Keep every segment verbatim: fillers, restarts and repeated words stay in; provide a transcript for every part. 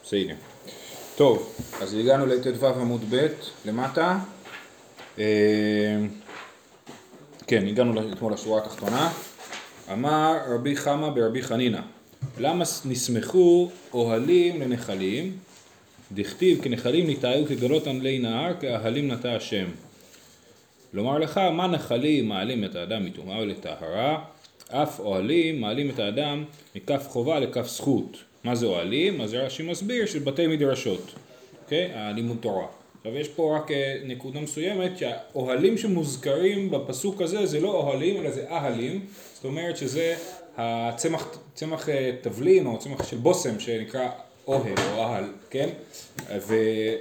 בסדר. טוב, אז הגענו לט"ו עמוד ב' למטה. כן, הגענו אתמול לשורה התחתונה. אמר רבי חמא ברבי חנינא, למה נסמכו אוהלים לנחלים? דכתיב כנחלים ניטעו כגלות ענלי נהר, כאהלים נטע השם. לומר לך, מה נחלים מעלים את האדם מטומאה ולטהרה, אף אוהלים מעלים את האדם מכף חובה לכף זכות. מה זה אוהלים? אז רש"י מסביר של בתי מדרשות, אוקיי? הלימוד תורה. עכשיו יש פה רק נקודה מסוימת שהאוהלים שמוזכרים בפסוק הזה זה לא אוהלים אלא זה אהלים, זאת אומרת שזה הצמח, צמח תבלין או צמח של בוסם שנקרא אוהל או אהל, כן? ו,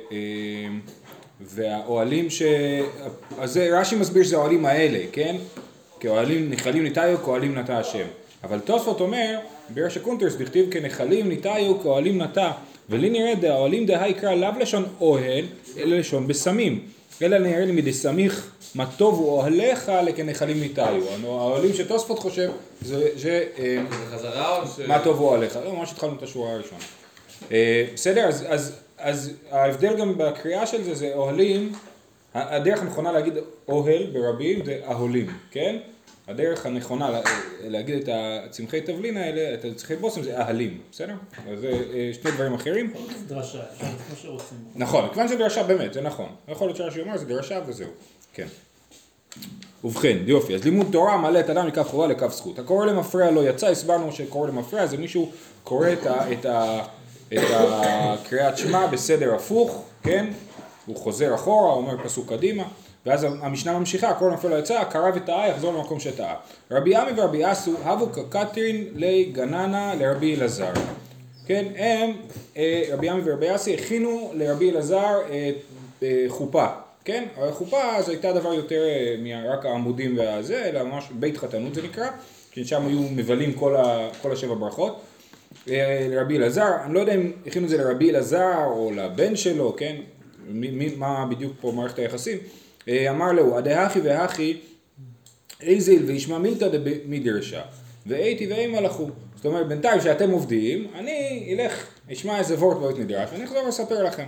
והאוהלים ש... אז רש"י מסביר שזה האוהלים האלה, כן? כאוהלים נחלים ניטעו כאוהלים נטע השם. אבל תוספות אומר, בראש הקונטרס דכתיב כנחלים ניטעו כאוהלים נטע, ולי נראה דאוהלים דהה יקרא לאו לשון אוהל, אלא לשון בסמים. אלא נראה לי מדסמיך מה טוב הוא אוהליך לכנחלים ניטעו. האוהלים שתוספות חושב זה... זה חזרה או ש... מה טוב הוא אוהליך. לא, ממש התחלנו את השורה הראשונה. בסדר, אז, אז, אז ההבדל גם בקריאה של זה זה אוהלים, הדרך הנכונה להגיד אוהל ברבים זה אהולים, כן? הדרך הנכונה להגיד את הצמחי תבלין האלה, את הצמחי בוסם זה אהלים, בסדר? אז זה שני דברים אחרים. דרשה, כמו שרוצים. נכון, כיוון שדרשה באמת, זה נכון. יכול להיות שרש"י אומר זה דרשה וזהו, כן. ובכן, יופי, אז לימוד תורה מעלה את אדם מכף חובה לכף זכות. הקורא למפרע לא יצא, הסברנו שקורא למפרע זה מישהו קורא את ה... את ה את הקריאת שמע בסדר הפוך, כן? הוא חוזר אחורה, אומר פסוק קדימה, ואז המשנה ממשיכה, כל נופל לא יצא, קרא וטעה, יחזור למקום שטעה. רבי עמי ורבי אסו, הבו כקטרין לגננה לרבי אלעזר. כן, הם, רבי עמי ורבי אסי, הכינו לרבי אלעזר חופה, כן? החופה זו הייתה דבר יותר מרק העמודים והזה, אלא ממש בית חתנות זה נקרא, שם היו מבלים כל, ה, כל השבע ברכות. לרבי אלעזר, אני לא יודע אם הכינו את זה לרבי אלעזר או לבן שלו, כן? מי, מי, מה בדיוק פה מערכת היחסים? אמר לו, הדהכי והכי איזיל וישמע מילתא מדרשה, ואיתי ואי מלאכו. זאת אומרת, בינתיים שאתם עובדים, אני אלך, אשמע איזה וורט בית מדרש, ואני אחזור לספר לכם.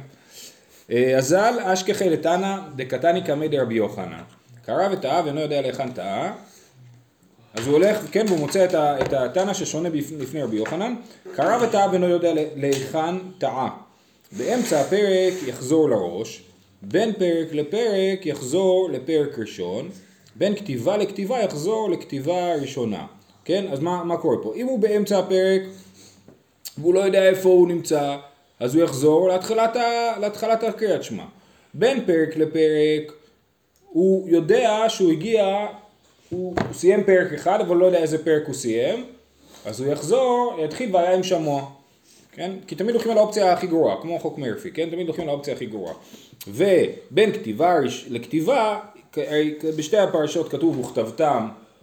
אזל אשכחי לתנא דקתני קמי דרבי יוחנן. קרא וטעה ואינו יודע להיכן טעה. אז הוא הולך, כן, והוא מוצא את התנא ששונה לפני רבי יוחנן, קרא וטעה ואינו יודע להיכן טעה. באמצע הפרק יחזור לראש, בין פרק לפרק יחזור לפרק ראשון, בין כתיבה לכתיבה יחזור לכתיבה ראשונה. כן, אז מה, מה קורה פה? אם הוא באמצע הפרק והוא לא יודע איפה הוא נמצא, אז הוא יחזור להתחלת, להתחלת הקריאת שמע. בין פרק לפרק הוא יודע שהוא הגיע, הוא סיים פרק אחד, אבל לא יודע איזה פרק הוא סיים, אז הוא יחזור, יתחיל והיה עם שמוע, כן? כי תמיד הולכים על האופציה הכי גרועה, כמו חוק מרפי, כן? תמיד הולכים על האופציה הכי גרועה. ובין כתיבה לכתיבה, בשתי הפרשות כתוב וכתבתם,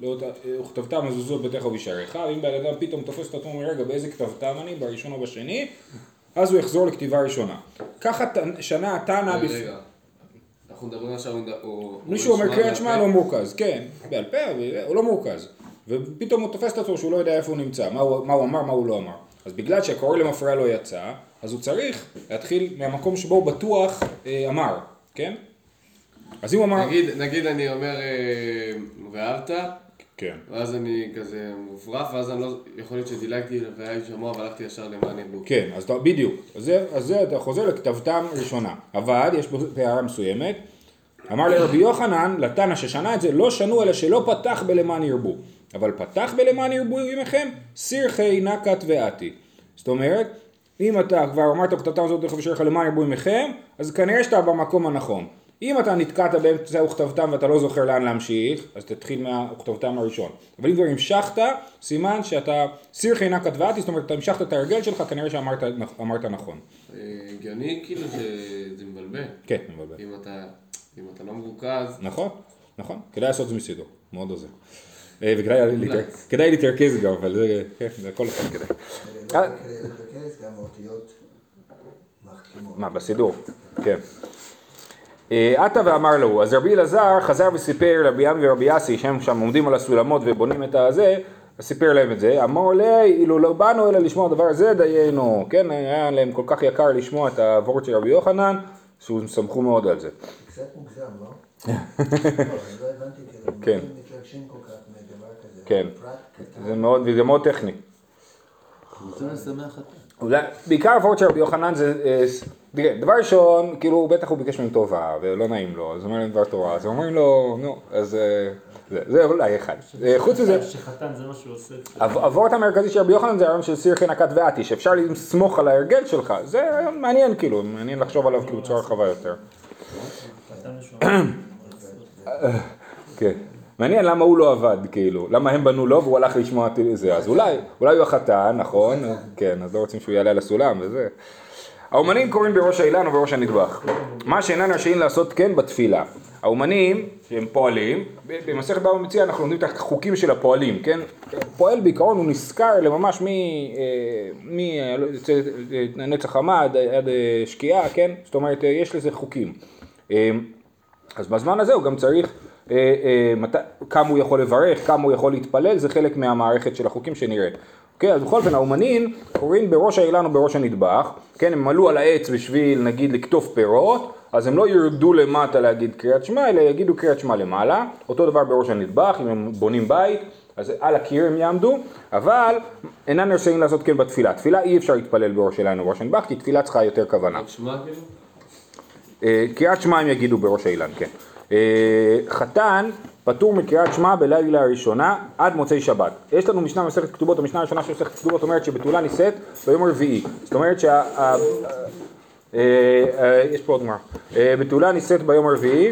וכתבתם מזוזות בתיך ובשעריך, ואם בן אדם פתאום תופס את עצמו מרגע באיזה כתבתם אני, בראשון או בשני, אז הוא יחזור לכתיבה ראשונה. ככה שנה התנא... רגע, אנחנו מדברים עכשיו... מישהו אומר קריאת שמע לא מורכז, כן, בעל פה, הוא לא מורכז. ופתאום הוא תופס את עצמו שהוא לא יודע איפה הוא נמצא, מה הוא, מה הוא אמר, מה הוא לא אמר. אז בגלל שהקורא למפרע לא יצא, אז הוא צריך להתחיל מהמקום שבו הוא בטוח אה, אמר, כן? אז אם הוא אמר... נגיד, נגיד אני אומר ואהבת, כן. ואז אני כזה מופרף, ואז אני לא... יכול להיות שדילגתי והיה עם שמוע והלכתי ישר למען ירבו. כן, אז אתה, בדיוק. אז זה, אז זה אתה חוזר לכתבתם ראשונה. אבל יש פה הערה מסוימת. אמר לרבי יוחנן, לתנא ששנה את זה, לא שנו אלא שלא פתח בלמען ירבו. אבל פתח בלמען ירבו עמכם, סירחי נקת ואתי. זאת אומרת, אם אתה כבר אמרת כתבתם הזאת דרך ושעריך למען ירבו עמכם, אז כנראה שאתה במקום הנכון. אם אתה נתקעת באמצע וכתבתם ואתה לא זוכר לאן להמשיך, אז תתחיל מהכתבתם הראשון. אבל אם כבר המשכת, סימן שאתה סירחי נקת ואתי, זאת אומרת, אתה המשכת את הרגל שלך, כנראה שאמרת אמרת נכון. הגיוני כאילו שזה מבלבל. כן, מבלבל. אם אתה... אם אתה לא מרוכז... נכון, נכון. כדאי לעשות את זה מסידור, מאוד עוזר. וכדאי להתרכז גם, אבל זה הכל אחד כדאי. להתרכז גם אותיות מחכימות. מה, בסידור? כן. עתה ואמר לו, אז רבי אלעזר חזר וסיפר לרבי עמי ורבי אסי, שהם שם עומדים על הסולמות ובונים את הזה, אז סיפר להם את זה, אמר לי, אילו לא באנו אלא לשמוע הדבר הזה דיינו, כן, היה להם כל כך יקר לשמוע את הוורד של רבי יוחנן, שהוא שמחו מאוד על זה. קצת מוגזם, לא? לא, אני לא הבנתי, כאילו, כן. מתרגשים כל כך מדבר כזה. כן, פרט קטן. זה מאוד, וזה מאוד טכני. רוצים לשמח אותה. אולי, בעיקר הוורד של רבי יוחנן זה, אה, תראה, דבר ראשון, כאילו, בטח הוא ביקש מהם טובה, ולא נעים לו, אז הוא אומר להם דבר תורה, אז אומרים לו, נו, אז אה, זה, זה אולי אחד. אה, חוץ מזה, שחתן זה מה שהוא עושה. הוורד המרכזי של רבי יוחנן זה הרעיון של סיר חן הקת ואתי, שאפשר לסמוך על ההרגל שלך, זה רעיון מעניין כאילו, מעניין לחשוב עליו כאילו בצורה רחבה יותר. חתן משועמם. כן. מעניין למה הוא לא עבד, כאילו, למה הם בנו לו והוא הלך לשמוע את זה, אז אולי, אולי הוא החתן, נכון? כן, אז לא רוצים שהוא יעלה על הסולם וזה. האומנים קוראים בראש האילן ובראש הנדבך. מה שאינן רשאים לעשות כן בתפילה. האומנים, שהם פועלים, במסכת בבא מציעא אנחנו לומדים את החוקים של הפועלים, כן? פועל בעיקרון הוא נזכר לממש מנצח חמה עד שקיעה, כן? זאת אומרת, יש לזה חוקים. אז בזמן הזה הוא גם צריך כמה הוא יכול לברך, כמה הוא יכול להתפלל, זה חלק מהמערכת של החוקים שנראה. אוקיי, אז בכל אופן, האומנים קוראים בראש האילן ובראש הנדבך, כן, הם עלו על העץ בשביל, נגיד, לקטוף פירות, אז הם לא ירדו למטה להגיד קריאת שמע, אלא יגידו קריאת שמע למעלה, אותו דבר בראש הנדבך, אם הם בונים בית, אז על הקיר הם יעמדו, אבל אינם רשאים לעשות כן בתפילה. תפילה אי אפשר להתפלל בראש האילן ובראש הנדבך, כי תפילה צריכה יותר כוונה. שמע כאילו? קריאת שמע הם יגידו בראש האילן, כן. חתן פטור מקריאת שמע בלילה הראשונה עד מוצאי שבת. יש לנו משנה מסכת כתובות, המשנה הראשונה של מסכת כתובות אומרת שבתולה נישאת ביום הרביעי. זאת אומרת שה... יש פה עוד גמרא. בתולה נישאת ביום הרביעי,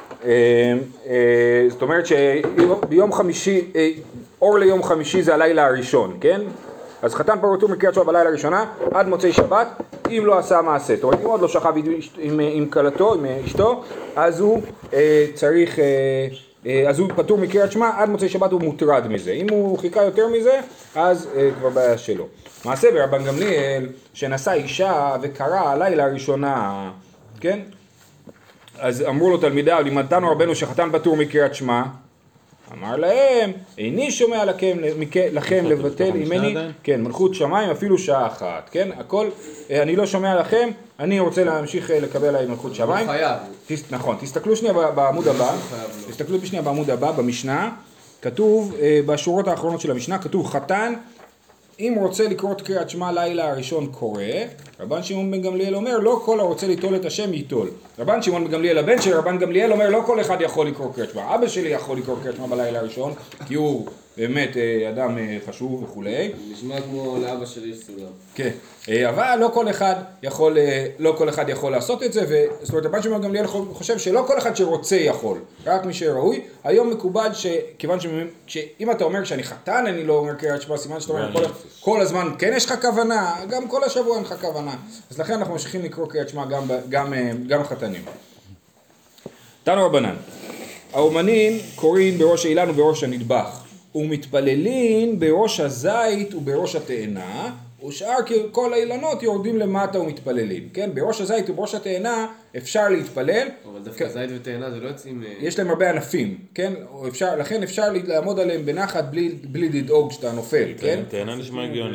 זאת אומרת שביום חמישי, אור ליום חמישי זה הלילה הראשון, כן? אז חתן פטור מקריאת שמע בלילה הראשונה עד מוצאי שבת, אם לא עשה מעשה. זאת אומרת, אם עוד לא שכב עם כלתו, עם אשתו, אז הוא צריך... אז הוא פטור מקריאת שמע, עד מוצאי שבת הוא מוטרד מזה. אם הוא חיכה יותר מזה, אז אה, כבר בעיה שלו. מעשה ברבן גמליאל, שנשא אישה וקרא הלילה הראשונה, כן? אז אמרו לו תלמידיו, לימדתנו רבנו שחתן פטור מקריאת שמע, אמר להם, איני שומע לכם, לכם לבטל ממני, כן, מלכות שמיים אפילו שעה אחת, כן? הכל, אני לא שומע לכם, אני רוצה להמשיך לקבל עליי מלכות שמיים. הוא חייב. נכון, תסתכלו שנייה בעמוד הבא, תסתכלו בשנייה בעמוד הבא, במשנה, כתוב, בשורות האחרונות של המשנה, כתוב חתן, אם הוא רוצה לקרוא את קריאת שמע לילה הראשון קורא, רבן שמעון בן גמליאל אומר, לא כל הרוצה ליטול את השם ייטול. רבן שמעון בן גמליאל, הבן של רבן גמליאל אומר, לא כל אחד יכול לקרוא קריאת שמע. אבא שלי יכול לקרוא קריאת שמע בלילה הראשון, כי הוא באמת אדם חשוב וכולי. נשמע כמו לאבא שלי סולם. כן, אבל לא כל אחד יכול, לא כל אחד יכול לעשות את זה, זאת אומרת, רבן שמעון בן גמליאל חושב שלא כל אחד שרוצה יכול, רק מי שראוי. היום מקובל שכיוון שאם אתה אומר שאני חתן, אני לא אומר קריאת שמע, סימן שאתה אומר כל, כל הזמן, כן יש לך כוונה, גם כל השבוע אין לך כוונה. אז לכן אנחנו ממשיכים לקרוא קריאת שמע גם, גם, גם חתנים. תנו רבנן, האומנים קוראים בראש האילן ובראש הנדבך, ומתפללים בראש הזית ובראש התאנה, ושאר כל האילנות יורדים למטה ומתפללים, כן? בראש הזית ובראש התאנה אפשר להתפלל. אבל דווקא זית ותאנה זה לא יוצאים... יש להם הרבה ענפים, כן? אפשר, לכן אפשר לעמוד עליהם בנחת בלי, בלי לדאוג שאתה נופל, כן? תאנה נשמע הגיוני.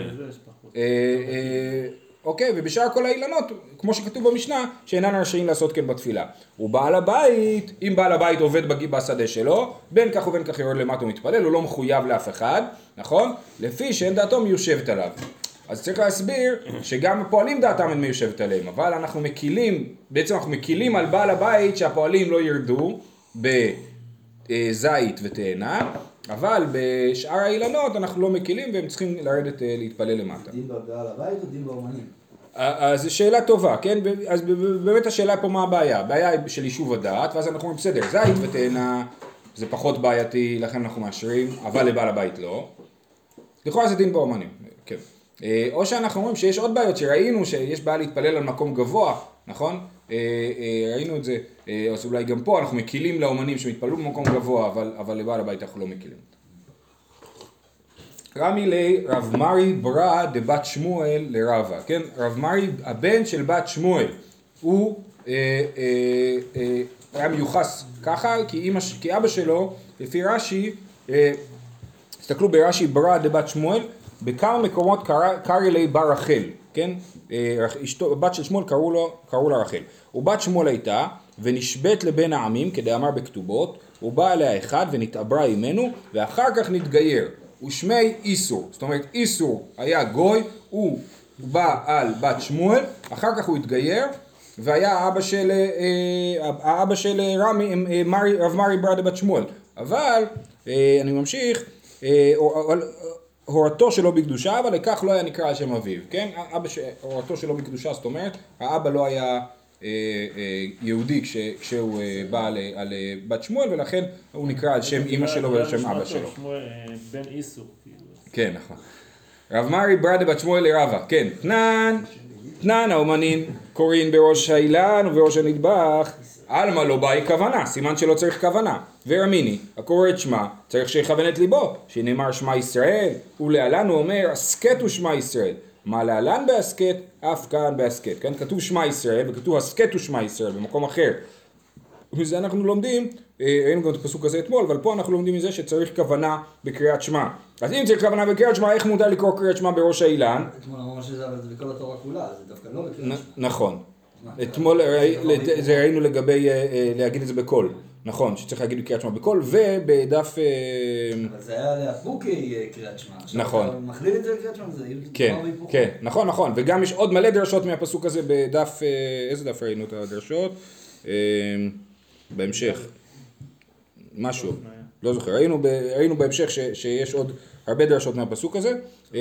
אוקיי, ובשאר כל האילנות, כמו שכתוב במשנה, שאינן רשאים לעשות כן בתפילה. ובעל הבית, אם בעל הבית עובד בשדה שלו, בין כך ובין כך יורד למטה ומתפלל, הוא לא מחויב לאף אחד, נכון? לפי שאין דעתו מיושבת עליו. אז צריך להסביר שגם הפועלים דעתם אין מיושבת עליהם, אבל אנחנו מקילים, בעצם אנחנו מקילים על בעל הבית שהפועלים לא ירדו בזית ותאנה, אבל בשאר האילנות אנחנו לא מקילים והם צריכים לרדת להתפלל למטה. דין בבעל הבית או דין באומנים? אז זו שאלה טובה, כן? אז באמת השאלה פה מה הבעיה? הבעיה היא של יישוב הדעת, ואז אנחנו אומרים בסדר, זית ותאנה זה פחות בעייתי, לכן אנחנו מאשרים, אבל לבעל הבית לא. לכאורה זה דין באומנים, כן. או שאנחנו אומרים שיש עוד בעיות שראינו שיש בעיה להתפלל על מקום גבוה, נכון? ראינו את זה, אז אולי גם פה אנחנו מקילים לאומנים שמתפללו במקום גבוה, אבל, אבל לבעל הבית אנחנו לא מקילים. רמי לי רב מרי ברא דבת שמואל לרבה, כן? רב מרי, הבן של בת שמואל, הוא אה, אה, אה, היה מיוחס ככה, כי, אמא, כי אבא שלו, לפי רש"י, אה, תסתכלו ברש"י ברא דבת שמואל, בכמה מקומות קרא, קרא לי בר רחל, כן? אשתו, בת של שמואל קראו, לו, קראו לה רחל. ובת שמואל הייתה, ונשבט לבין העמים, כדאמר בכתובות, ובא אליה אחד ונתעברה עמנו, ואחר כך נתגייר. ושמי איסור, זאת אומרת איסור היה גוי, הוא בא על בת שמואל, אחר כך הוא התגייר, והיה האבא של, האבא של רמי, רב מרי ברא דבת שמואל. אבל, אני ממשיך, הורתו שלו בקדושה, אבל לכך לא היה נקרא על שם אביו, כן? אבא ש... הורתו שלו בקדושה, זאת אומרת, האבא לא היה אה, אה, יהודי כש... כשהוא אה, בא על, על בת שמואל, ולכן הוא נקרא על שם אמא שלו ועל שם אבא שלו. בן איסור. כן, נכון. רב מרי ברא דבת שמואל לרבה, כן, תנן, תנן האומנין קוראים בראש האילן ובראש הנדבך, אלמה לא באי כוונה, סימן שלא צריך כוונה. ורמיני, הקורא את שמה, צריך שיכוון את ליבו, שנאמר שמה ישראל, ולהלן הוא אומר, הסקט הוא שמה ישראל. מה להלן בהסקט? אף כאן בהסקט. כן? כתוב שמה ישראל, וכתוב הסקט הוא שמה ישראל, במקום אחר. וזה אנחנו לומדים, ראינו גם את הפסוק הזה אתמול, אבל פה אנחנו לומדים מזה שצריך כוונה בקריאת שמה. אז אם צריך כוונה בקריאת שמה, איך מותר לקרוא קריאת שמה בראש האילן? אתמול אמרנו שזה בכל התורה כולה, זה דווקא לא בקריאת שמה. נכון. אתמול זה ראינו לגבי להגיד את זה בקול. נכון, שצריך להגיד בקריאת שמע בקול, ובדף... אבל זה היה להפוקי קריאת שמע. נכון. אתה מכליל את זה לקריאת שמע, זה... כן, כן, נכון, נכון. וגם יש עוד מלא דרשות מהפסוק הזה בדף... איזה דף ראינו את הדרשות? בהמשך. משהו. לא זוכר. ראינו בהמשך שיש עוד הרבה דרשות מהפסוק הזה.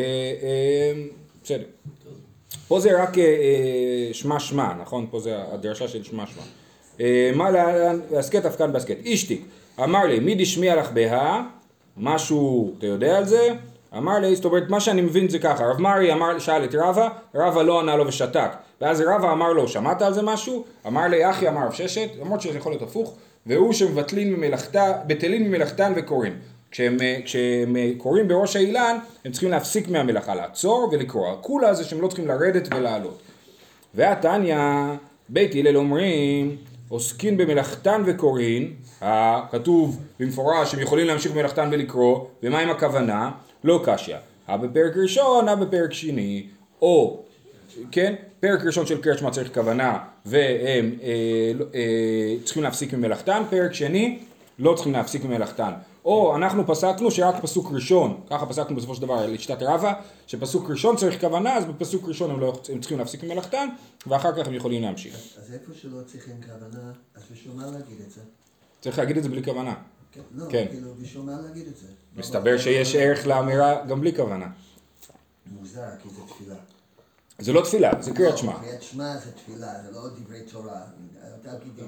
בסדר. פה זה רק שמה שמה, נכון? פה זה הדרשה של שמה שמה. מה להסקט אף כאן בהסקט. אישתיק, אמר לי, מי דשמיע לך בה? משהו, אתה יודע על זה? אמר לי, זאת אומרת, מה שאני מבין זה ככה, רב מרי אמר, שאל את רבא, רבא לא ענה לו ושתק. ואז רבא אמר לו, שמעת על זה משהו? אמר לי, אחי אמר רב ששת, למרות שזה יכול להיות הפוך, והוא שמבטלין ממלאכתה, בטלין ממלאכתן וקוראים. כשהם, כשהם קוראים בראש האילן, הם צריכים להפסיק מהמלאכה, לעצור ולקרוא. כולה זה שהם לא צריכים לרדת ולעלות. והתניא, בית הלל אומרים, עוסקין במלאכתן וקוראים, כתוב במפורש שהם יכולים להמשיך במלאכתן ולקרוא, ומה עם הכוונה? לא קשיא. הא בפרק ראשון, הא בפרק שני, או, כן, פרק ראשון של קריאת שמע צריך כוונה, והם אה, אה, צריכים להפסיק ממלאכתן, פרק שני, לא צריכים להפסיק ממלאכתן. או אנחנו פסקנו שרק פסוק ראשון, ככה פסקנו בסופו של דבר לשיטת רבא, שפסוק ראשון צריך כוונה, אז בפסוק ראשון הם, לא, הם צריכים להפסיק ממלאכתן, ואחר כך הם יכולים להמשיך. אז איפה שלא צריכים כוונה, אז בשביל מה להגיד את זה? צריך להגיד את זה בלי כוונה. כן, לא, כן. כאילו, בשביל מה להגיד את זה? מסתבר שיש ערך לאמירה גם בלי כוונה. מוזר, כי זה תפילה. זה לא תפילה, זה קריאת שמע. קריאת שמע זה תפילה, זה לא דברי תורה. אתה תגיד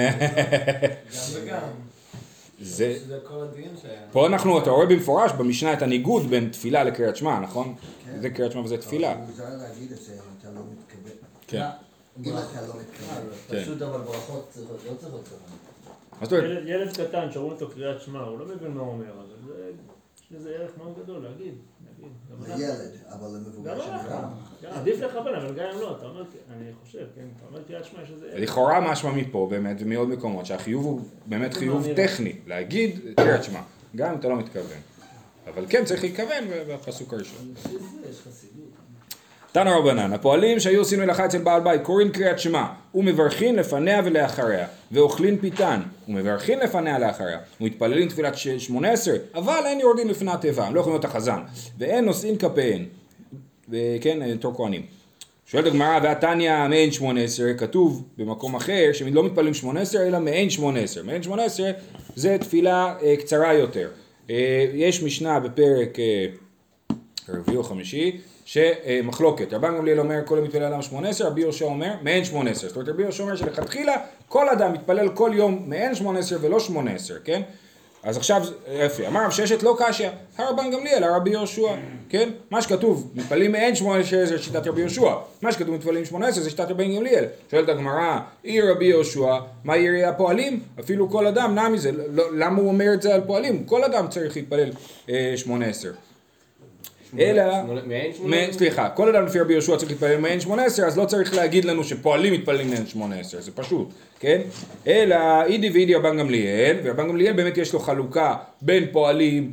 גם וגם. זה... זה כל הדין שהיה. פה אנחנו, אתה רואה במפורש במשנה את הניגוד בין תפילה לקריאת שמע, נכון? זה קריאת שמע וזה תפילה. מוזר להגיד את זה אם אתה לא מתכוון. כן. אם אתה לא מתכוון. פשוט אבל ברכות לא צריכות כוונה. מה זאת אומרת? ילד- ילד קטן, שאומרים אותו קריאת שמע, הוא לא מבין מה הוא אומר, אבל זה- יש לזה ערך מאוד גדול, להגיד, להגיד. גם אנחנו. לילד, אבל למבוגר גם שנקרא. אנחנו. כן, עדיף לכוון, אבל גם אם לא, אתה אומר, אני חושב, כן, אתה אומר קריאת שמע, יש לזה ערך. לכאורה משמע מפה באמת ומעוד מקומות שהחיוב הוא באמת חיוב אמירה. טכני, להגיד קריאת שמע, גם אם אתה לא מתכוון. אבל כן צריך להתכוון בפסוק הראשון. לפי זה יש חסידות. תנא רבנן, הפועלים שהיו עושים מלאכה אצל בעל בית, קוראים קריאת שמע, ומברכין לפניה ולאחריה, ואוכלין פיתן, ומברכין לפניה לאחריה, ומתפללים תפילת ש- שמונה עשרה, אבל אין יורדים לפני התיבה, הם לא יכולים להיות החזן, ואין נושאים כפיהן, וכן, תור כהנים. שואלת הגמרא, והתניא מעין שמונה עשרה, כתוב במקום אחר, שלא מתפללים שמונה עשרה, אלא מעין שמונה עשרה. מעין שמונה עשרה זה תפילה אה, קצרה יותר. אה, יש משנה בפרק אה, רביעי או חמישי, שמחלוקת. רבן גמליאל אומר כל יום מתפלל אדם שמונה עשרה, רבי יהושע אומר מעין שמונה עשרה. זאת אומרת רבי יהושע אומר שלכתחילה כל אדם מתפלל כל יום מעין שמונה עשרה ולא שמונה עשרה, כן? אז עכשיו, יפה, אמר רב ששת לא קשיא, הרבן גמליאל, הרבי יהושע, כן? מה שכתוב, מתפללים מעין שמונה עשרה זה שיטת רבי יהושע, מה שכתוב מתפללים שמונה עשרה זה שיטת רבן גמליאל. שואלת הגמרא, אי רבי יהושע, מה יראי הפועלים? אפילו כל אדם נע מזה, למה הוא אומר את זה על פועלים? כל אדם צריך להתפלל אה, שמונה עשרה. אלא, מעין שמונה עשרה? סליחה, כל אדם לפי רבי יהושע צריך להתפלל מעין שמונה עשרה, אז לא צריך להגיד לנו שפועלים מתפללים מעין שמונה עשרה, זה פשוט, כן? אלא אידי ואידי רבן גמליאל, ורבן גמליאל באמת יש לו חלוקה בין פועלים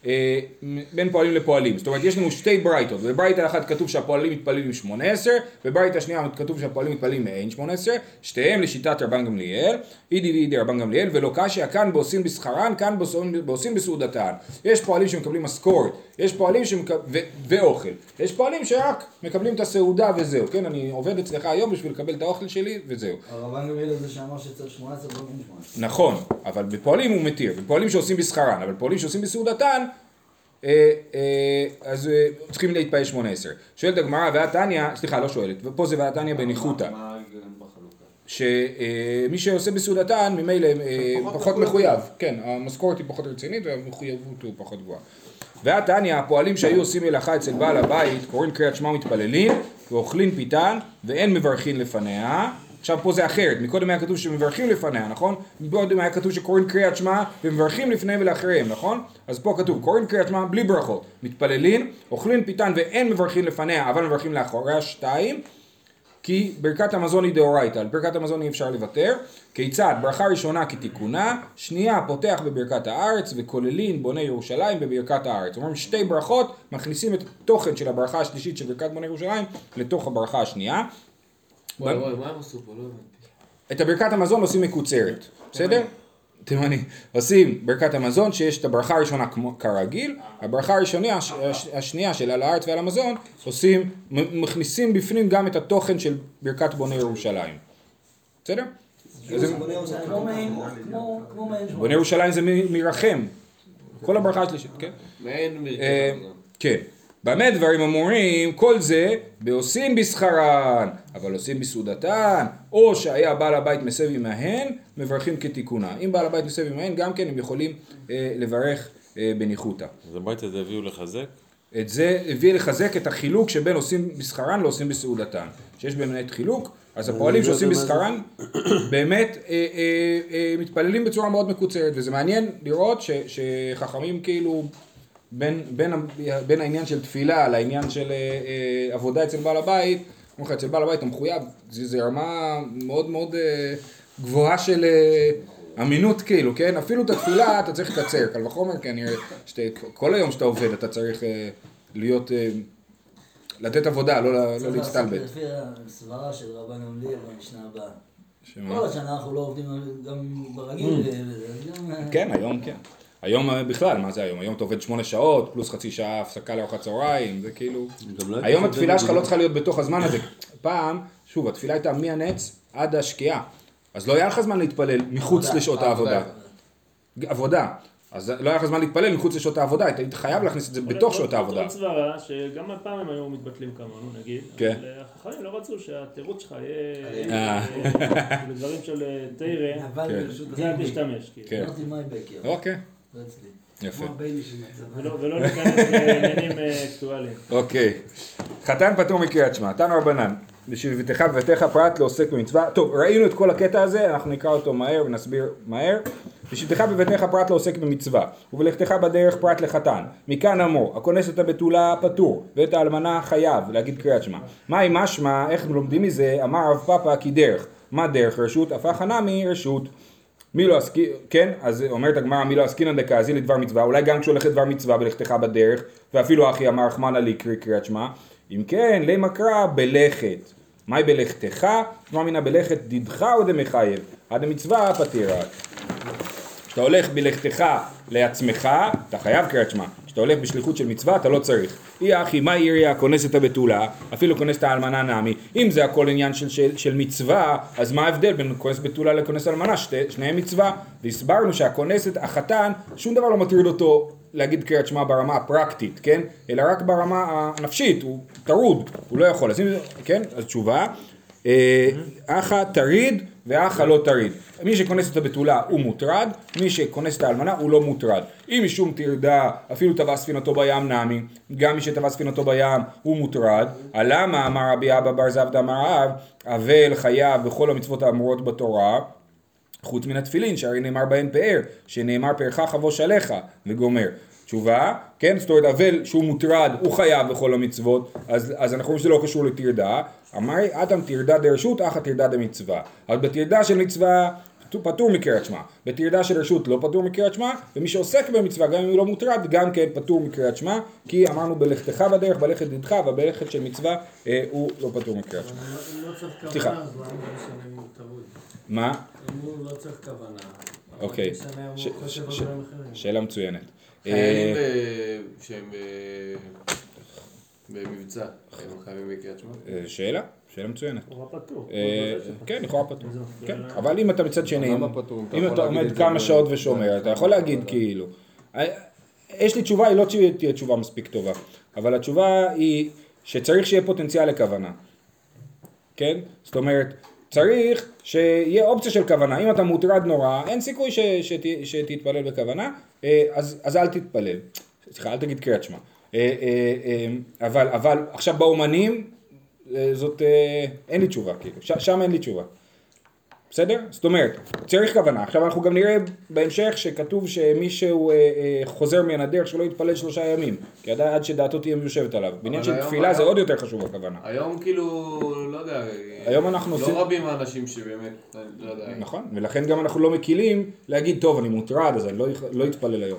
אה, בין פועלים לפועלים. זאת אומרת, יש לנו שתי ברייתות, בברייתה אחת כתוב שהפועלים מתפללים שמונה עשרה, בברייתה השנייה כתוב שהפועלים מתפללים מעין שמונה עשרה, שתיהם לשיטת רבן גמליאל, אידי ואידי רבן גמליאל, ולא קשיא, כאן בעושים בשכרן, כאן בעושים בסעודתן. יש פועלים שמקבלים משכורת, יש פועלים שמקבלים, ו- ואוכל. יש פועלים שרק מקבלים את הסעודה וזהו, כן? אני עובד אצלך היום בשביל לקבל את האוכל שלי וזהו. הרבן גמליאל הזה שאמר שצריך שמונה עשרה ולא שמונה עשרה. נכון, אבל בפועלים הוא מתיר, בפועלים שעושים בשכרן, אבל פועלים שעושים בסעודתן, אה, אה, אז אה, צריכים להתפעל שמונה עשרה. שואלת הגמרא, והתניא, סליחה, לא שואלת, ופה זה והתניא בניחותא. מה ההיגיון בחלוקה? שמי שעושה בסעודתן ממילא אה, פחות מחויב, כן, המשכורת היא פחות רצינית והמחויבות הוא פחות גבוהה. והתניא, הפועלים שהיו עושים מלאכה אצל בעל הבית, קוראים קריאת שמע מתפללים ואוכלים פיתן ואין מברכין לפניה. עכשיו פה זה אחרת, מקודם היה כתוב שמברכים לפניה, נכון? מקודם היה כתוב שקוראים קריאת שמע ומברכים לפניהם ולאחריהם, נכון? אז פה כתוב קוראים קריאת שמע בלי ברכות, מתפללים, אוכלים פיתן ואין מברכין לפניה, אבל מברכים לאחוריה. שתיים, כי ברכת המזון היא דאורייתא, על ברכת המזון אי אפשר לוותר. כיצד? ברכה ראשונה כתיקונה, שנייה פותח בברכת הארץ וכוללין בוני ירושלים בברכת הארץ. זאת אומרת שתי ברכות, מכניסים את התוכן של הברכה השלישית של ברכת בוני ירושלים לתוך הברכה השנייה. וואי וואי, מה הם עשו פה? לא הבנתי. את הברכת המזון עושים מקוצרת, בסדר? תימני. עושים ברכת המזון שיש את הברכה הראשונה כמו כרגיל, הברכה הראשונה, השנייה של על הארץ ועל המזון, עושים, מכניסים בפנים גם את התוכן של ברכת בוני ירושלים. בסדר? בוני ירושלים זה מרחם, כל הברכה השלישית, כן? מעין מרכב. כן. במה דברים אמורים? כל זה בעושים בשכרן, אבל עושים בסעודתן, או שהיה בעל הבית מסב עמהן, מברכים כתיקונה. אם בעל הבית מסב עמהן, גם כן הם יכולים אה, לברך אה, בניחותא. אז הבית הזה הביאו לחזק? את זה הביא לחזק את החילוק שבין עושים בשכרן לעושים בסעודתן. שיש באמת חילוק, אז הפועלים שעושים בשכרן באמת אה, אה, אה, מתפללים בצורה מאוד מקוצרת, וזה מעניין לראות ש, שחכמים כאילו... בין, בין, בין העניין של תפילה לעניין של אה, אה, עבודה אצל בעל הבית, כמו אצל בעל הבית המחויב, זה, זה רמה מאוד מאוד אה, גבוהה של אה, אמינות כאילו, כן? אפילו את התפילה אתה צריך לקצר, קל וחומר, כן, נראה, שתה, כל היום שאתה עובד אתה צריך אה, להיות, אה, לתת עבודה, לא, לא להצטלבט. לפי הסברה של רבן גמליאל במשנה הבאה. שמה? כל השנה אנחנו לא עובדים גם ברגיל, כן, היום כן. היום בכלל, מה זה היום? היום אתה עובד שמונה שעות, פלוס חצי שעה הפסקה לארוחת צהריים, זה כאילו... היום התפילה שלך לא צריכה להיות בתוך הזמן הזה. פעם, שוב, התפילה הייתה מהנץ עד השקיעה, אז לא היה לך זמן להתפלל מחוץ לשעות העבודה. עבודה. אז לא היה לך זמן להתפלל מחוץ לשעות העבודה, היית חייב להכניס את זה בתוך שעות העבודה. עוד סברה שגם הפעם הם היו מתבטלים כמונו, נגיד, אבל החכמים לא רצו שהתירוץ שלך יהיה בדברים של תירא, זה אל תשתמש. אוקיי. יפה. ולא ניכנס לעניינים אקטואליים. אוקיי. חתן פטור מקריאת שמע, תנו רבנן, בשבתך בביתך פרט לעוסק במצווה. טוב, ראינו את כל הקטע הזה, אנחנו נקרא אותו מהר ונסביר מהר. בשבתך בביתך פרט לעוסק במצווה, ובלכתך בדרך פרט לחתן. מכאן אמור, הכונס את הבתולה פטור, ואת האלמנה חייב, להגיד קריאת שמע. מה עם משמע, איך לומדים מזה, אמר רב פאפא כי דרך. מה דרך? רשות, הפך הנמי רשות. מי לא עסקין, כן, אז אומרת הגמרא, מי לא עסקינן דקאזי לדבר מצווה, אולי גם כשהוא הולך לדבר מצווה בלכתך בדרך, ואפילו אחי אמר רחמנא לקרוא קריאת שמע, אם כן, למה קרא בלכת, מהי בלכתך, מה מינה בלכת דידך או דמחייב, עד המצווה פתירה. כשאתה הולך בלכתך לעצמך, אתה חייב קריאת שמע, כשאתה הולך בשליחות של מצווה, אתה לא צריך. אי אחי, מה עיריה כונס את הבתולה, אפילו כונס את האלמנה נמי, אם זה הכל עניין של, של, של מצווה, אז מה ההבדל בין כונס בתולה לכונס אלמנה, שתי, שניהם מצווה, והסברנו שהכונס את החתן, שום דבר לא מטריד אותו להגיד קריאת שמע ברמה הפרקטית, כן? אלא רק ברמה הנפשית, הוא טרוד, הוא לא יכול, אז אם, כן? אז תשובה, אחא תריד ואחא לא תריד. מי שכונס את הבתולה הוא מוטרד, מי שכונס את האלמנה הוא לא מוטרד. אם משום תרדה, אפילו טבע ספינתו בים נמי, גם מי שטבע ספינתו בים הוא מוטרד. למה אמר רבי אבא בר זבדא אמר רב, אבל חייב בכל המצוות האמורות בתורה, חוץ מן התפילין, שהרי נאמר בהן פאר, שנאמר פארך חבוש עליך, וגומר. תשובה, כן, זאת אומרת, אבל שהוא מוטרד, הוא חייב בכל המצוות, אז, אז אנחנו רואים שזה לא קשור לתרדה. אמרי, אתם תרדה דרשות, אחא תרדה דמצווה. אבל בתרדה של מצווה, פטור מקריאת שמע. בטרדה של רשות לא פטור מקריאת שמע, ומי שעוסק במצווה, גם אם הוא לא מוטרד, גם כן פטור מקריאת שמע, כי אמרנו בלכתך בדרך, בלכת ידך, ובלכת של מצווה אה, הוא לא פטור מקריאת שמע. אם לא צריך סליחה. כוונה, אז למה לא משנה אם הוא טרוד? מה? אם הוא לא צריך כוונה, אוקיי. משנה אם ש- הוא חושב על ש- דברים אחרים. שאלה מצוינת. חיילים אה, אה, שהם אה, במבצע, הם חייבים בקריאת שמע? אה, שאלה? שאלה מצוינת. לכאורה פטור. אה, כן, לכאורה פטור. זהו. כן, אבל אם אתה מצד שני, למה פטור? אתה אם יכול אתה להגיד עומד את זה כמה ב- שעות ושומר, אתה יכול להגיד כאילו. יש לי תשובה, היא לא תהיה תשובה מספיק טובה, אבל התשובה היא שצריך שיהיה פוטנציאל לכוונה. כן? זאת אומרת, צריך שיהיה אופציה של כוונה. אם אתה מוטרד נורא, אין סיכוי ש, שת, שתתפלל בכוונה, אז, אז אל תתפלל. סליחה, אל תגיד קריאת שמע. אבל, אבל עכשיו באומנים, זאת, אין לי תשובה, כאילו. ש, שם אין לי תשובה. בסדר? זאת אומרת, צריך כוונה. עכשיו אנחנו גם נראה בהמשך שכתוב שמישהו אה, אה, חוזר מן הדרך שלא יתפלל שלושה ימים, כי עד, עד שדעתו תהיה מיושבת עליו. בעניין של היום- תפילה זה היום- עוד יותר חשוב הכוונה. היום כאילו, לא יודע, היום אנחנו לא עושים- רבים האנשים שבאמת, לא יודע. נכון, ולכן גם אנחנו לא מקילים להגיד, טוב, אני מוטרד, אז אני לא, יכ- לא אתפלל היום.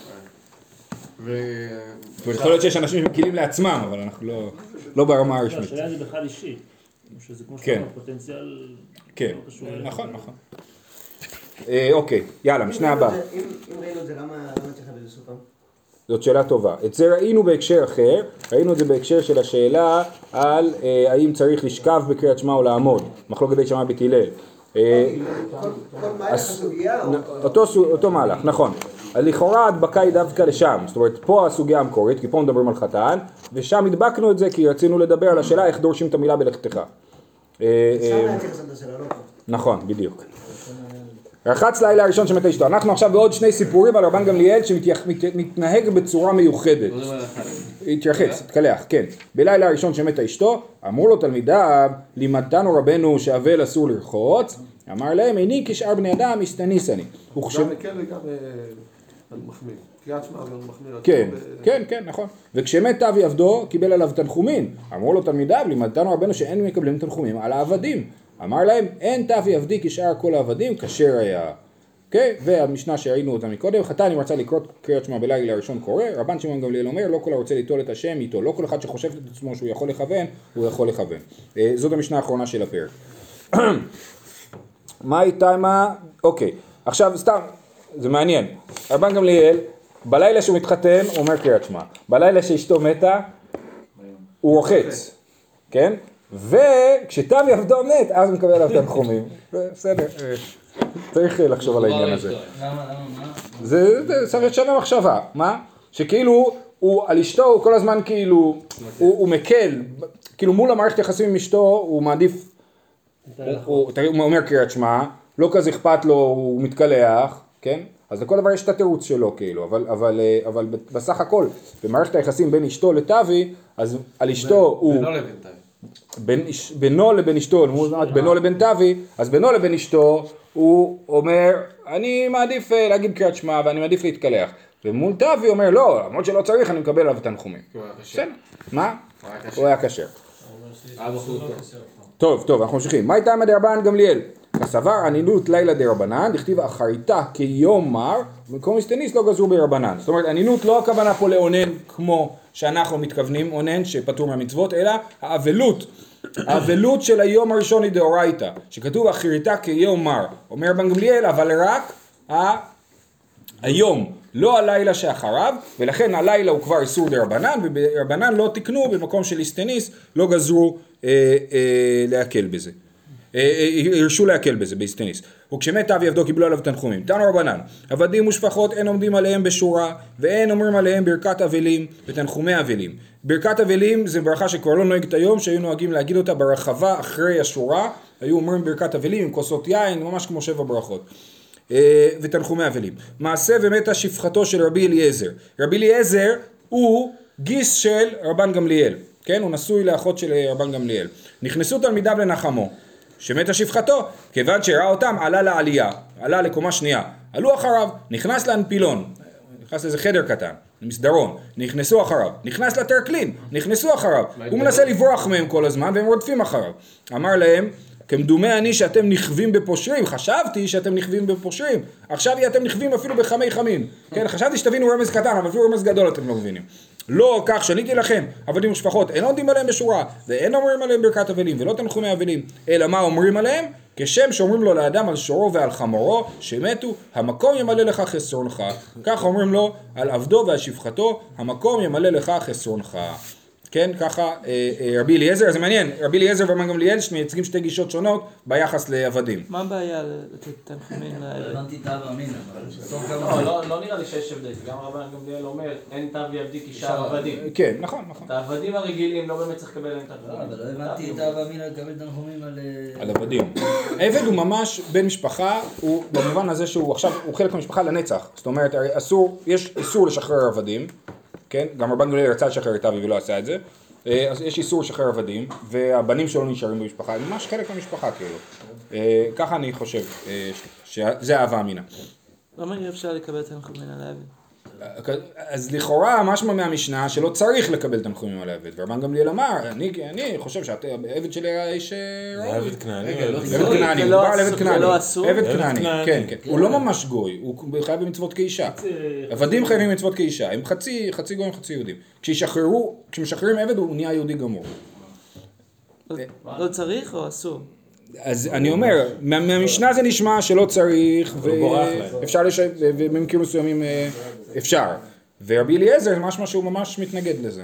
ו... יכול להיות שיש אנשים שמקילים לעצמם, אבל אנחנו לא, לא ברמה לא, הרשמית. השאלה זה בכלל אישי. שזה כמו כן. שאתה פוטנציאל... כן, לא קשור אליך. נכון, נכון. אה, אוקיי, יאללה, משנה הבאה. אם אם ראינו את זה, למה למה צריך להביא לסוף פעם? זאת שאלה טובה. את זה ראינו בהקשר אחר, ראינו את זה בהקשר של השאלה על אה, האם צריך לשכב בקריאת שמע או לעמוד, מחלוקת בית שמאי בית הלל. אה, כל מהלך הסוגיה, או... אותו, סוג- אותו מהלך, נכון. אז לכאורה ההדבקה היא דווקא לשם, זאת אומרת פה הסוגיה המקורית, כי פה מדברים על חתן, ושם הדבקנו את זה כי רצינו לדבר על השאלה איך דורשים את המילה בלכתך. אה, שם אה, היה צריך לעשות את השאלה, לא פה. נכון, בדיוק. רחץ לילה הראשון שמתה אשתו. אנחנו עכשיו בעוד שני סיפורים על רבן גמליאל שמתנהג בצורה מיוחדת. לא דבר אחד. התרחץ, התקלח, כן. בלילה הראשון שמתה אשתו, אמרו לו תלמידיו, לימדתנו רבנו שאבל אסור לרחוץ, אמר להם, איני כשאר בני אדם הסתניס אני. וכשם- גם מקל וגם אה, מחמיר. קריאת שמע וגם מחמיר. כן, כן, כן, נכון. וכשמת אבי עבדו, קיבל עליו תנחומים. אמרו לו תלמידיו, לימדתנו רבנו שאין מקבלים תנחומים על העבדים. אמר להם, אין תאבי עבדי כשאר כל העבדים, כשר היה. אוקיי? והמשנה שראינו אותה מקודם, חתן אם רצה לקרוא קריאת שמע בלילה הראשון קורא, רבן שמעון גמליאל אומר, לא כל הרוצה ליטול את השם איתו, לא כל אחד שחושב את עצמו שהוא יכול לכוון, הוא יכול לכוון. אה, זאת המשנה האחרונה של הפרק. מה איתה מה? אוקיי, עכשיו סתם, זה מעניין. רבן גמליאל, בלילה שהוא מתחתן, הוא אומר קריאת שמע. בלילה שאשתו מתה, הוא רוחץ, כן? וכשתו יעבדו מת, אז הוא מקבל עליו תנחומים. בסדר, אה, צריך לחשוב על העניין הזה. למה, למה, מה? זה זה צריך שווה מחשבה, מה? שכאילו, הוא על אשתו, הוא כל הזמן כאילו, הוא הוא מקל, כאילו מול המערכת יחסים עם אשתו, הוא מעדיף, הוא- הוא הוא אומר קריאת שמע, לא כזה אכפת לו, הוא מתקלח, כן? אז לכל דבר יש את התירוץ שלו כאילו, אבל, אבל, אה, אבל בסך הכל, במערכת היחסים בין אשתו לטווי, אז על אשתו הוא... ולא לבינתיים. בין, איש- בינו לבין אשתו, מוזמת בינו לבין תווי, אז בינו לבין אשתו הוא אומר, אני מעדיף אה, להגיד קריאת שמע ואני מעדיף להתקלח. ומול תווי אומר, לא, למרות שלא צריך, אני מקבל עליו תנחומים. הוא היה קשה. בסדר, מה? הוא היה קשה. הוא היה כשר. היה בחור טוב. טוב, טוב, אנחנו ממשיכים. מה הייתה מדרבנן גמליאל? כסבר אנינות לילה דרבנן, דכתיב אחריתה כיום מר, במקום מסתניס לא גזרו ברבנן. זאת אומרת, אנינות לא הכוונה פה לאונן כמו שאנחנו מתכוונים, אונן שפטור מהמצוות, אלא האבלות. האבלות של היום הראשון היא דאורייתא, שכתוב אחריתה כיום מר. אומר רבן גמליאל, אבל רק ה... היום, לא הלילה שאחריו, ולכן הלילה הוא כבר איסור דרבנן, וברבנן לא תקנו במקום של איסטניס, לא גזרו אה, אה, להקל בזה. הרשו להקל בזה, באיסטניס. וכשמת אבי עבדו קיבלו עליו תנחומים. תנו רבנן, עבדים ושפחות אין עומדים עליהם בשורה, ואין אומרים עליהם ברכת אבלים ותנחומי אבלים. ברכת אבלים זה ברכה שכבר לא נוהגת היום, שהיו נוהגים להגיד אותה ברחבה אחרי השורה, היו אומרים ברכת אבלים עם כוסות יין, ממש כמו שבע ברכות. ותנחומי אבלים. מעשה ומתה שפחתו של רבי אליעזר. רבי אליעזר הוא גיס של רבן גמליאל, כן? הוא נשוי לאחות של רבן גמליאל. נכנסו תלמידיו לנחמו, שמתה שפחתו, כיוון שראה אותם עלה לעלייה, עלה לקומה שנייה. עלו אחריו, נכנס לאנפילון, נכנס לאיזה חדר קטן, למסדרון, נכנסו אחריו, נכנס לטרקלין, נכנסו אחריו. הוא מנסה לברוח מהם כל הזמן והם רודפים אחריו. אמר להם, כמדומה אני שאתם נכווים בפושרים, חשבתי שאתם נכווים בפושרים, עכשיו אתם נכווים אפילו בחמי חמים, כן, חשבתי שתבינו רמז קטן, אבל אפילו רמז גדול אתם לא מבינים. לא כך שניתי לכם, עבדים ושפחות, אין עומדים עליהם בשורה, ואין אומרים עליהם ברכת אבלים, ולא תנחומי אבלים, אלא מה אומרים עליהם? כשם שאומרים לו לאדם על שורו ועל חמורו, שמתו, המקום ימלא לך חסרונך. כך אומרים לו על עבדו ועל שפחתו, המקום ימלא לך חסרונך. כן, ככה אה, אה, רבי אליעזר, זה מעניין, רבי אליעזר ורבן גמליאל מייצגים שתי גישות שונות ביחס לעבדים. מה הבעיה לתת תנחומים? הבנתי תא ואמין, אבל לא נראה לי שיש הבדל, גם רבן גמליאל אומר, אין תא ויעבדי כי שאר עבדים. כן, נכון, נכון. את העבדים הרגילים לא באמת צריך לקבל להם תנחומים. אבל לא הבנתי תא ואמין לקבל תנחומים על... על עבדים. עבד הוא ממש בן משפחה, הוא במובן הזה שהוא עכשיו, הוא חלק מהמשפחה לנצח. זאת אומרת, אסור, יש איסור לשחרר עבדים. כן? גם רבן גמליאל רצה לשחרר את אבי ולא עשה את זה. אז יש איסור לשחרר עבדים, והבנים שלו נשארים במשפחה, הם ממש חלק מהמשפחה כאילו. ככה אני חושב שזה אהבה אמינה. למה אי אפשר לקבל תנחומים על העבד? אז לכאורה משמע מהמשנה שלא צריך לקבל תנחומים על העבד, ורבן גמליאל אמר, אני חושב שהעבד שלי היה איש ראוי. עבד כנעני. עבד כנעני, הוא בא על עבד כנעני. זה לא אסור? עבד כנעני, כן, כן. הוא לא ממש גוי, הוא חייב במצוות כאישה. עבדים חייבים במצוות כאישה, הם חצי גויים, חצי יהודים. כשישחררו, כשמשחררים עבד הוא נהיה יהודי גמור. לא צריך או אסור? אז אני אומר, מהמשנה זה נשמע שלא צריך, ואפשר לשאול, ובמקרים מסוימים אפשר. ורבי אליעזר זה משהו שהוא ממש מתנגד לזה.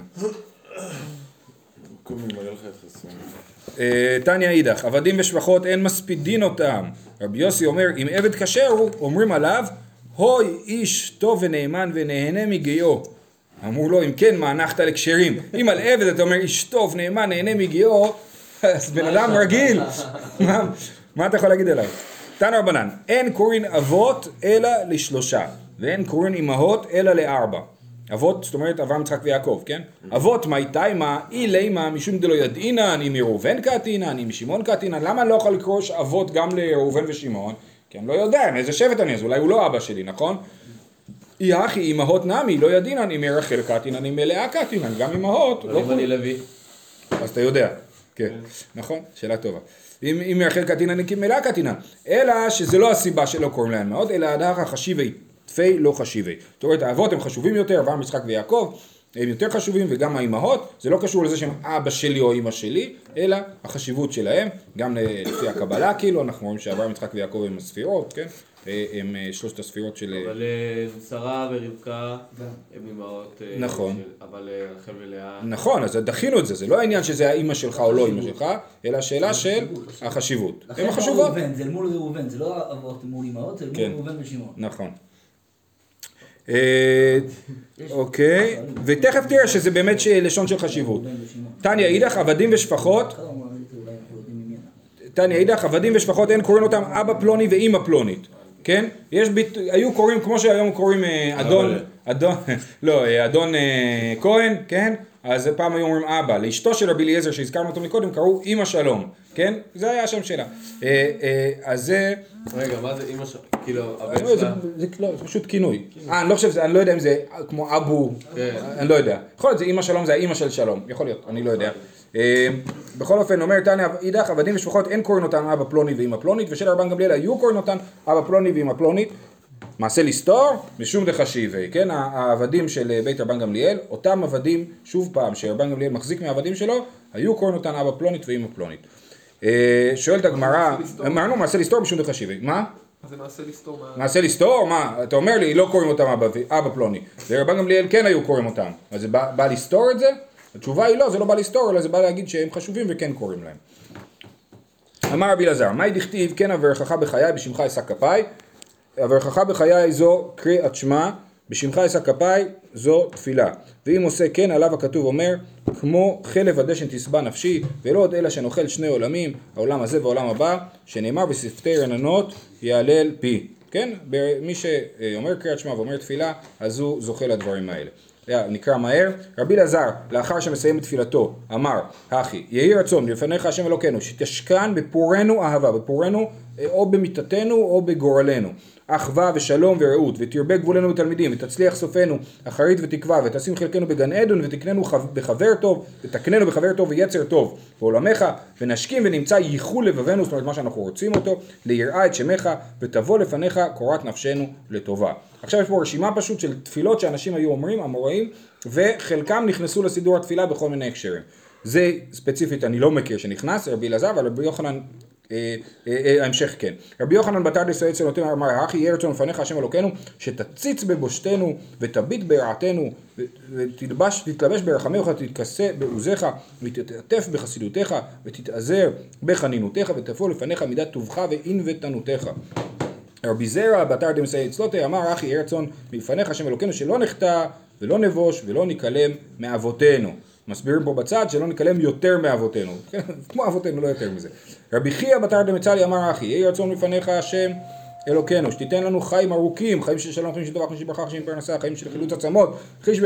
תניא אידך, עבדים ושפחות אין מספידין אותם. רבי יוסי אומר, אם עבד כשר הוא, אומרים עליו, הוי איש טוב ונאמן ונהנה מגיאו. אמרו לו, אם כן, מה הנחת לקשרים? אם על עבד אתה אומר, איש טוב, נאמן, נהנה מגיאו, אז בן אדם רגיל, מה אתה יכול להגיד אליי? תנא רבנן, אין קוראים אבות אלא לשלושה, ואין קוראים אמהות אלא לארבע. אבות, זאת אומרת אברהם, יצחק ויעקב, כן? אבות מייתיימה, אי לימה, משום דלא ידעינן, אם מראובן קטינן, אם משמעון קטינן, למה אני לא יכול לקרוא אבות גם לראובן ושמעון? כי אני לא יודע, מאיזה שבט אני, אז אולי הוא לא אבא שלי, נכון? אי אחי, אמהות נמי, לא ידעינן, אם מרחל קטינן, אם מלאה קטינן, גם אמהות. אם אני לוי. אז אתה יודע. כן, נכון? שאלה טובה. אם, אם מרחל קטינן כמלאה קטינן, אלא שזה לא הסיבה שלא קוראים להם מאוד, אלא הדרך החשיבי, תפי לא חשיבי. זאת אומרת, האבות הם חשובים יותר, אברהם, יצחק ויעקב, הם יותר חשובים, וגם האימהות, זה לא קשור לזה שהם אבא שלי או אמא שלי, אלא החשיבות שלהם, גם לפי הקבלה, כאילו, אנחנו רואים שאברהם, יצחק ויעקב הם הספירות, כן? הם שלושת הספירות של... אבל שרה ורבקה הם אמהות... נכון. אבל רחל ולאה... נכון, אז דחינו את זה, זה לא העניין שזה האמא שלך או לא אמא שלך, אלא השאלה של החשיבות. הם החשובות. זה מול ראובן, זה לא אבות מול אמהות, זה מול ראובן ושמעון. נכון. אוקיי, ותכף תראה שזה באמת לשון של חשיבות. תניא אידך, עבדים ושפחות, תניא אידך, עבדים ושפחות אין קוראים אותם אבא פלוני ואמא פלונית, כן? יש ביט... היו קוראים כמו שהיום קוראים אדון, אדון, לא, אדון כהן, כן? אז פעם היו אומרים אבא, לאשתו של רבי אליעזר שהזכרנו אותו מקודם קראו אמא שלום, כן? זה היה השם שלה. אז זה... רגע, מה זה אמא שלום? כאילו, הבן שלה? זה פשוט כינוי. אה, אני לא חושב, אני לא יודע אם זה כמו אבו, אני לא יודע. יכול להיות, זה אמא שלום, זה האמא של שלום, יכול להיות, אני לא יודע. בכל אופן, אומר תניא אידך, עבדים ושפחות אין קוראים אותם אבא פלוני ואמא פלונית, ושל רבן גמליאל היו קוראים אותם אבא פלוני ואמא פלונית, מעשה לסתור, משום דחשיבי, כן, העבדים של בית רבן גמליאל, אותם עבדים, שוב פעם, שרבן גמליאל מחזיק מהעבדים שלו, היו קוראים אותם אבא פלונית ואמא פלונית. שואלת הגמרא, אמרנו מעשה לסתור משום דחשיבי, מה? זה מעשה לסתור מה... מעשה לסתור? מה? אתה אומר לי, לא קוראים אותם אבא, אבא פלוני, ורבן גמליאל כן היו קוראים אותם, אז זה בא, בא לסתור את זה? התשובה היא לא, זה לא בא לסתור, אלא זה בא להגיד שהם חשובים וכן קוראים להם. אמר רבי אלעזר, מהי דכתיב כן אברכך בחיי בשמך אשא כפיי? אברכך בחיי זו קריאת שמע, בשמך אשא כפיי זו תפילה. ואם עושה כן, עליו הכתוב אומר, כמו חלב הדשן תשבע נפשי, ולא עוד אלא שנאכל שני עולמים, העולם הזה והעולם הבא, שנאמר בשפתי רננות יעלל פי. כן? מי שאומר קריאת שמע ואומר תפילה, אז הוא זוכה לדברים האלה. נקרא מהר, רבי אלעזר, לאחר שמסיים את תפילתו, אמר, אחי, יהי רצון לפניך השם אלוקינו, שתשכן בפורנו אהבה, בפורנו או במיתתנו או בגורלנו. אחווה ושלום ורעות, ותרבה גבולנו בתלמידים, ותצליח סופנו אחרית ותקווה, ותשים חלקנו בגן עדן, ותקננו בחבר טוב, ותקננו בחבר טוב ויצר טוב בעולמך, ונשכים ונמצא ייחול לבבנו, זאת אומרת מה שאנחנו רוצים אותו, ליראה את שמך, ותבוא לפניך קורת נפשנו לטובה. עכשיו יש פה רשימה פשוט של תפילות שאנשים היו אומרים, אמוראים, וחלקם נכנסו לסידור התפילה בכל מיני הקשרים. זה ספציפית אני לא מכיר שנכנס, רבי אלעזר, אבל רבי יוחנן, אה, אה, אה, ההמשך כן. רבי יוחנן בתר דסויד צלותם אמר, הכי יהיה רצון לפניך השם אלוקינו, שתציץ בבושתנו ותביט בירעתנו, ותתלבש, תתלבש ברחמך, תתכסה בעוזך, ותתעטף בחסידותך, ותתעזר בחנינותך, ותבוא לפניך מידת טובך וענוותנותך. רבי זרע בתר דמסויד צלותם אמר, הכי יהיה רצון לפניך השם אלוקינו, שלא נחטא ולא נבוש ולא נקלם מאבותינו. מסבירים פה בצד שלא נקלם יותר מאבותינו, כמו אבותינו, לא יותר מזה. רבי חייא בתר דמצאלי אמר אחי, יהי רצון לפניך השם אלוקינו, שתיתן לנו חיים ארוכים, חיים של שלום, חיים של טובה, חיים של ברכה, חיים של פרנסה, חיים של חילוץ עצמות,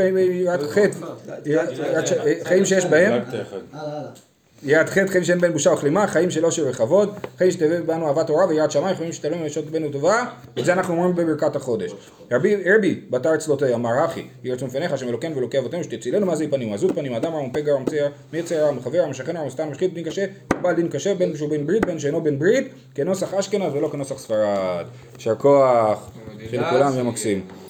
חיים שיש בהם, יראת חטא, חיים שאין בן בושה וכלימה, חיים של עושר וכבוד, חיים שתביא בנו אהבת תורה ויראת שמיים, חיים שתלם וישות בנו טובה, את זה אנחנו אומרים בברכת החודש. רבי רבי בתר צלותי אמר אחי, יהי רצון לפניך השם אלוקינו ואלוקי אבותינו, שתצילנו מעזי פנים, עזות פנים, אדם רע ומפה גרע ומצער, מיצר רע מחבר, משכן רע מסתן משחית, דין קשה, בעל דין קשה, בין שהוא בן ברית, בין שאינו בן ברית, כנוסח אשכנז ולא כנוסח ספרד. יישר כוח, שלכולם יום מקסים.